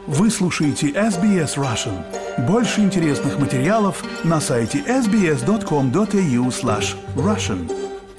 Вы слушаете SBS Russian. Больше интересных материалов на сайте sbs.com.au/russian.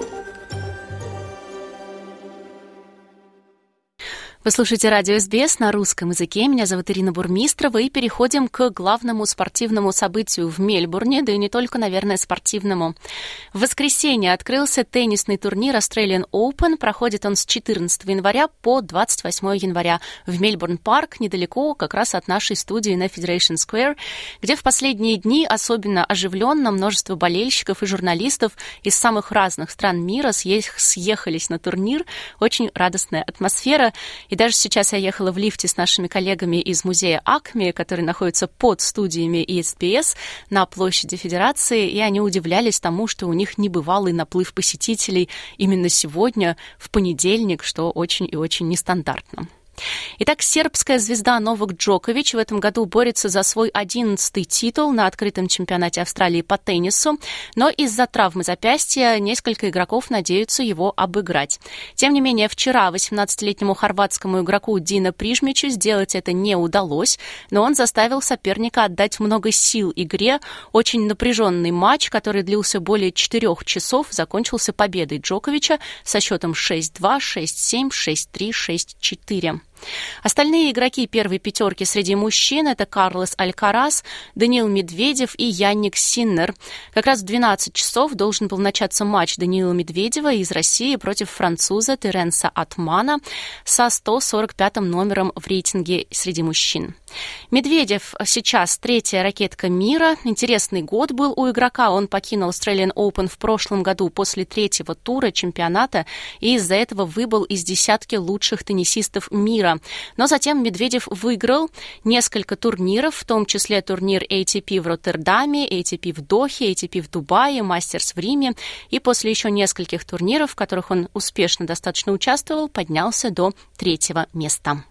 Вы слушаете радио СБС на русском языке. Меня зовут Ирина Бурмистрова. И переходим к главному спортивному событию в Мельбурне, да и не только, наверное, спортивному. В воскресенье открылся теннисный турнир Australian Open. Проходит он с 14 января по 28 января в Мельбурн-парк, недалеко как раз от нашей студии на Federation Square, где в последние дни особенно оживленно множество болельщиков и журналистов из самых разных стран мира съехались на турнир. Очень радостная атмосфера. И даже сейчас я ехала в лифте с нашими коллегами из музея АКМИ, который находится под студиями ЕСПС на площади Федерации, и они удивлялись тому, что у них небывалый наплыв посетителей именно сегодня, в понедельник, что очень и очень нестандартно. Итак, сербская звезда Новак Джокович в этом году борется за свой 11-й титул на открытом чемпионате Австралии по теннису, но из-за травмы запястья несколько игроков надеются его обыграть. Тем не менее, вчера 18-летнему хорватскому игроку Дина Прижмичу сделать это не удалось, но он заставил соперника отдать много сил игре. Очень напряженный матч, который длился более 4 часов, закончился победой Джоковича со счетом 6-2, 6-7, 6-3, 6-4. Остальные игроки первой пятерки среди мужчин — это Карлос Алькарас, Даниил Медведев и Янник Синнер. Как раз в 12 часов должен был начаться матч Даниила Медведева из России против француза Теренса Атмана со 145-м номером в рейтинге среди мужчин. Медведев сейчас 3-я ракетка мира. Интересный год был у игрока. Он покинул Australian Open в прошлом году после 3-го тура чемпионата и из-за этого выбыл из десятки лучших теннисистов мира. Но затем Медведев выиграл несколько турниров, в том числе турнир ATP в Роттердаме, ATP в Дохе, ATP в Дубае, Мастерс в Риме. И после еще нескольких турниров, в которых он успешно достаточно участвовал, поднялся до 3-го места.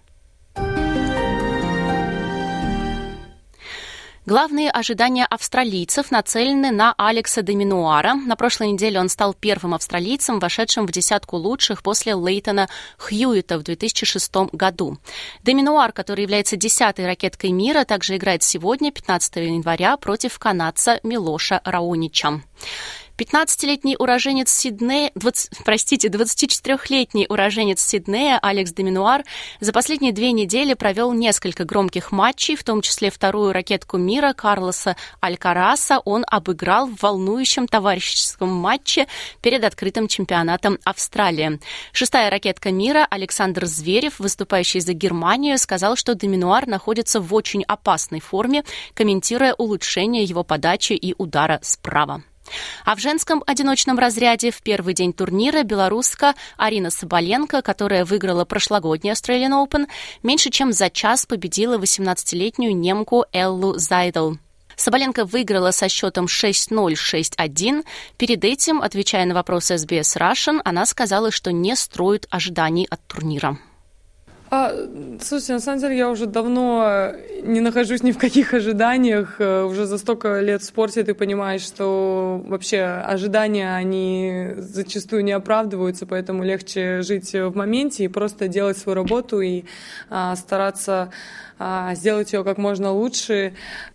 Главные ожидания австралийцев нацелены на Алекса де Минуара. На прошлой неделе он стал первым австралийцем, вошедшим в десятку лучших после Лейтона Хьюитта в 2006 году. Де Минуар, который является 10-й ракеткой мира, также играет сегодня, 15 января, против канадца Милоша Раонича. 15-летний уроженец Сиднея, 24-летний уроженец Сиднея Алекс де Минуар за последние 2 недели провел несколько громких матчей, в том числе вторую ракетку мира Карлоса Алькараса он обыграл в волнующем товарищеском матче перед открытым чемпионатом Австралии. 6-я ракетка мира Александр Зверев, выступающий за Германию, сказал, что де Минуар находится в очень опасной форме, комментируя улучшение его подачи и удара справа. А в женском одиночном разряде в первый день турнира белоруска Арина Соболенко, которая выиграла прошлогодний Australian Open, меньше чем за час победила 18-летнюю немку Эллу Зайдл. Соболенко выиграла со счетом 6-0, 6-1. Перед этим, отвечая на вопросы SBS Russian, она сказала, что не строит ожиданий от турнира. Слушайте, на самом деле я уже давно не нахожусь ни в каких ожиданиях. Уже за столько лет в спорте ты понимаешь, что вообще ожидания, они зачастую не оправдываются, поэтому легче жить в моменте и просто делать свою работу и стараться сделать ее как можно лучше.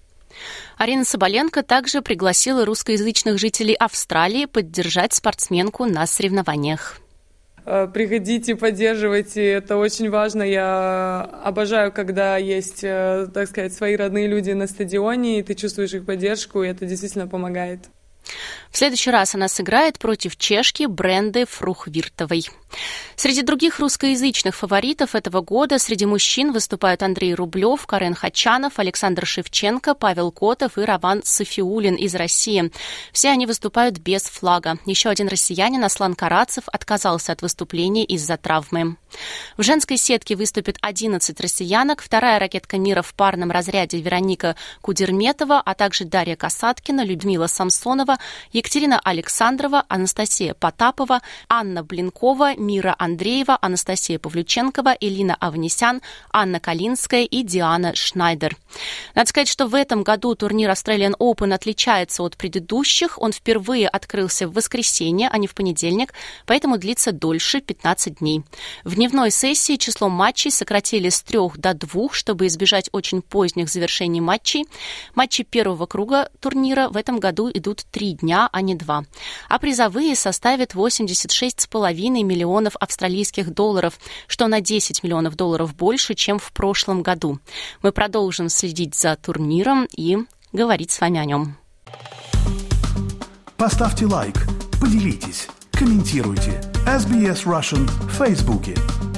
Арина Соболенко также пригласила русскоязычных жителей Австралии поддержать спортсменку на соревнованиях. Приходите, поддерживайте, это очень важно. Я обожаю, когда есть, так сказать, свои родные люди на стадионе, и ты чувствуешь их поддержку, и это действительно помогает. В следующий раз она сыграет против чешки Бренды Фрухвиртовой. Среди других русскоязычных фаворитов этого года среди мужчин выступают Андрей Рублев, Карен Хачанов, Александр Шевченко, Павел Котов и Раван Софиулин из России. Все они выступают без флага. Еще один россиянин, Аслан Карацев, отказался от выступления из-за травмы. В женской сетке выступит 11 россиянок. Вторая ракетка мира в парном разряде Вероника Кудерметова, а также Дарья Касаткина, Людмила Самсонова, Екатерина Александрова, Анастасия Потапова, Анна Блинкова, Мира Андреева, Анастасия Павлюченкова, Элина Аванесян, Анна Калинская и Диана Шнайдер. Надо сказать, что в этом году турнир Australian Open отличается от предыдущих. Он впервые открылся в воскресенье, а не в понедельник, поэтому длится дольше, 15 дней. В дневной сессии число матчей сократили с 3 до 2, чтобы избежать очень поздних завершений матчей. Матчи первого круга турнира в этом году идут 3 дня, а не 2. А призовые составят 86,5 миллионов австралийских долларов, что на 10 миллионов долларов больше, чем в прошлом году. Мы продолжим следить за турниром и говорить с вами о нем. Поставьте лайк, поделитесь, комментируйте. SBS Russian в Фейсбуке.